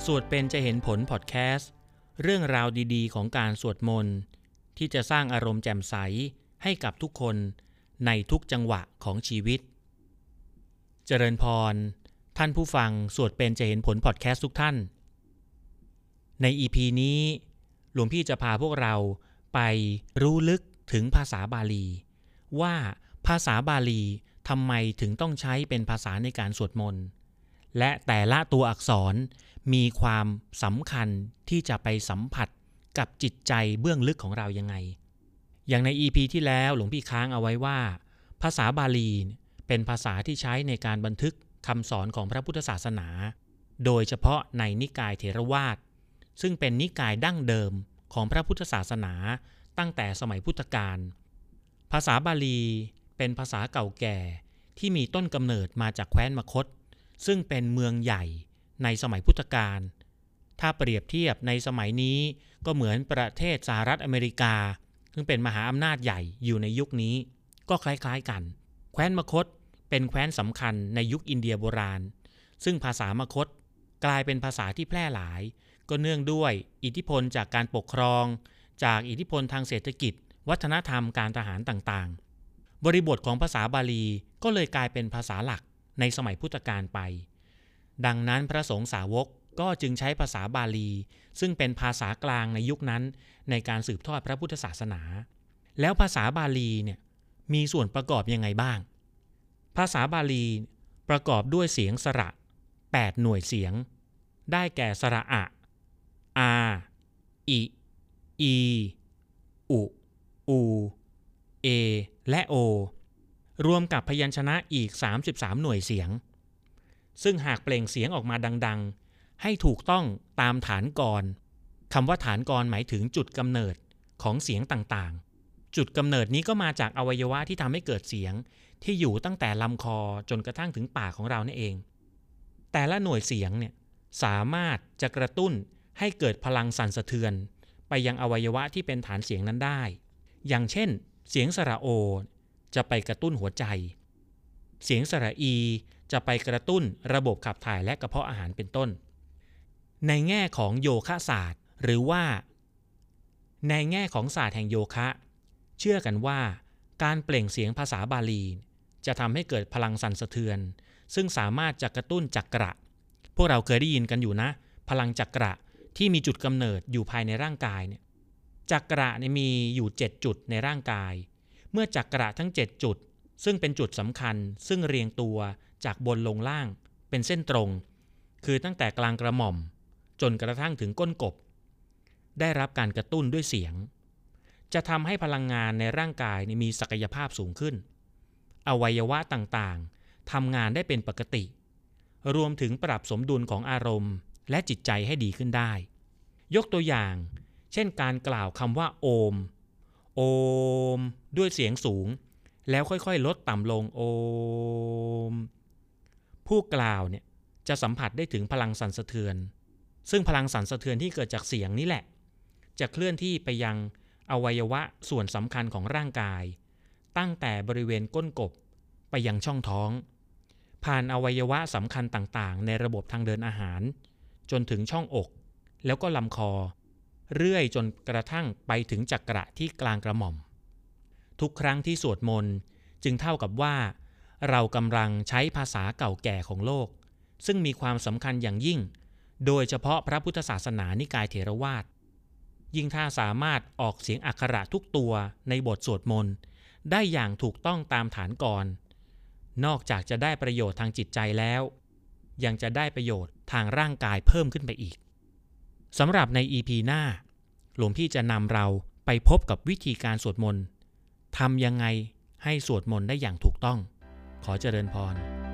สวดเป็นจะเห็นผลพอดแคสต์เรื่องราวดีๆของการสวดมนต์ที่จะสร้างอารมณ์แจ่มใสให้กับทุกคนในทุกจังหวะของชีวิตเจริญพรท่านผู้ฟังสวดเป็นจะเห็นผลพอดแคสต์ทุกท่านใน EP นี้หลวงพี่จะพาพวกเราไปรู้ลึกถึงภาษาบาลีว่าภาษาบาลีทำไมถึงต้องใช้เป็นภาษาในการสวดมนต์และแต่ละตัวอักษรมีความสำคัญที่จะไปสัมผัสกับจิตใจเบื้องลึกของเรายังไงอย่างใน EP ที่แล้วหลวงพี่ค้างเอาไว้ว่าภาษาบาลีเป็นภาษาที่ใช้ในการบันทึกคำสอนของพระพุทธศาสนาโดยเฉพาะในนิกายเถรวาทซึ่งเป็นนิกายดั้งเดิมของพระพุทธศาสนาตั้งแต่สมัยพุทธกาลภาษาบาลีเป็นภาษาเก่าแก่ที่มีต้นกำเนิดมาจากแคว้นมคธซึ่งเป็นเมืองใหญ่ในสมัยพุทธกาลถ้าเปรียบเทียบในสมัยนี้ก็เหมือนประเทศสหรัฐอเมริกาซึ่งเป็นมหาอำนาจใหญ่อยู่ในยุคนี้ก็คล้ายๆกันแคว้นมคธเป็นแคว้นสำคัญในยุคอินเดียโบราณซึ่งภาษามคธกลายเป็นภาษาที่แพร่หลายก็เนื่องด้วยอิทธิพลจากการปกครองจากอิทธิพลทางเศรษฐกิจวัฒนธรรมการทหารต่างๆบริบทของภาษาบาลีก็เลยกลายเป็นภาษาหลักในสมัยพุทธกาลไปดังนั้นพระสงฆ์สาวกก็จึงใช้ภาษาบาลีซึ่งเป็นภาษากลางในยุคนั้นในการสืบทอดพระพุทธศาสนาแล้วภาษาบาลีเนี่ยมีส่วนประกอบยังไงบ้างภาษาบาลีประกอบด้วยเสียงสระ8หน่วยเสียงได้แก่สระอะอาอิอีอุอูเอและโอรวมกับพยัญชนะอีก33หน่วยเสียงซึ่งหากเปล่งเสียงออกมาดังๆให้ถูกต้องตามฐานกรคำว่าฐานกรหมายถึงจุดกำเนิดของเสียงต่างๆจุดกำเนิดนี้ก็มาจากอวัยวะที่ทำให้เกิดเสียงที่อยู่ตั้งแต่ลำคอจนกระทั่งถึงปากของเรานั่นเองแต่ละหน่วยเสียงเนี่ยสามารถจะกระตุ้นให้เกิดพลังสั่นสะเทือนไปยังอวัยวะที่เป็นฐานเสียงนั้นได้อย่างเช่นเสียงสระโอจะไปกระตุ้นหัวใจเสียงสระอีจะไปกระตุ้นระบบขับถ่ายและกระเพาะอาหารเป็นต้นในแง่ของโยคะศาสตร์หรือว่าในแง่ของศาสตร์แห่งโยคะเชื่อกันว่าการเปล่งเสียงภาษาบาลีจะทำให้เกิดพลังสั่นสะเทือนซึ่งสามารถจะกระตุ้นจักระพวกเราเคยได้ยินกันอยู่นะพลังจักระที่มีจุดกำเนิดอยู่ภายในร่างกายเนี่ยจักระเนี่ยมีอยู่7จุดในร่างกายเมื่อจักระทั้ง7จุดซึ่งเป็นจุดสำคัญซึ่งเรียงตัวจากบนลงล่างเป็นเส้นตรงคือตั้งแต่กลางกระหม่อมจนกระทั่งถึงก้นกบได้รับการกระตุ้นด้วยเสียงจะทำให้พลังงานในร่างกายมีศักยภาพสูงขึ้นอวัยวะต่างๆทำงานได้เป็นปกติรวมถึงปรับสมดุลของอารมณ์และจิตใจให้ดีขึ้นได้ยกตัวอย่างเช่นการกล่าวคำว่าโอมโอมด้วยเสียงสูงแล้วค่อยๆลดต่ำลงโอมผู้กล่าวเนี่ยจะสัมผัสได้ถึงพลังสั่นสะเทือนซึ่งพลังสั่นสะเทือนที่เกิดจากเสียงนี้แหละจะเคลื่อนที่ไปยังอวัยวะส่วนสำคัญของร่างกายตั้งแต่บริเวณก้นกบไปยังช่องท้องผ่านอวัยวะสำคัญต่างๆในระบบทางเดินอาหารจนถึงช่องอกแล้วก็ลำคอเรื่อยจนกระทั่งไปถึงจักระที่กลางกระหม่อมทุกครั้งที่สวดมนต์จึงเท่ากับว่าเรากำลังใช้ภาษาเก่าแก่ของโลกซึ่งมีความสำคัญอย่างยิ่งโดยเฉพาะพระพุทธศาสนานิกายเถรวาทยิ่งถ้าสามารถออกเสียงอักขระทุกตัวในบทสวดมนต์ได้อย่างถูกต้องตามฐานกรนอกจากจะได้ประโยชน์ทางจิตใจแล้วยังจะได้ประโยชน์ทางร่างกายเพิ่มขึ้นไปอีกสำหรับใน EP หน้าหลวงพี่จะนำเราไปพบกับวิธีการสวดมนต์ทำยังไงให้สวดมนต์ได้อย่างถูกต้องขอเจริญพร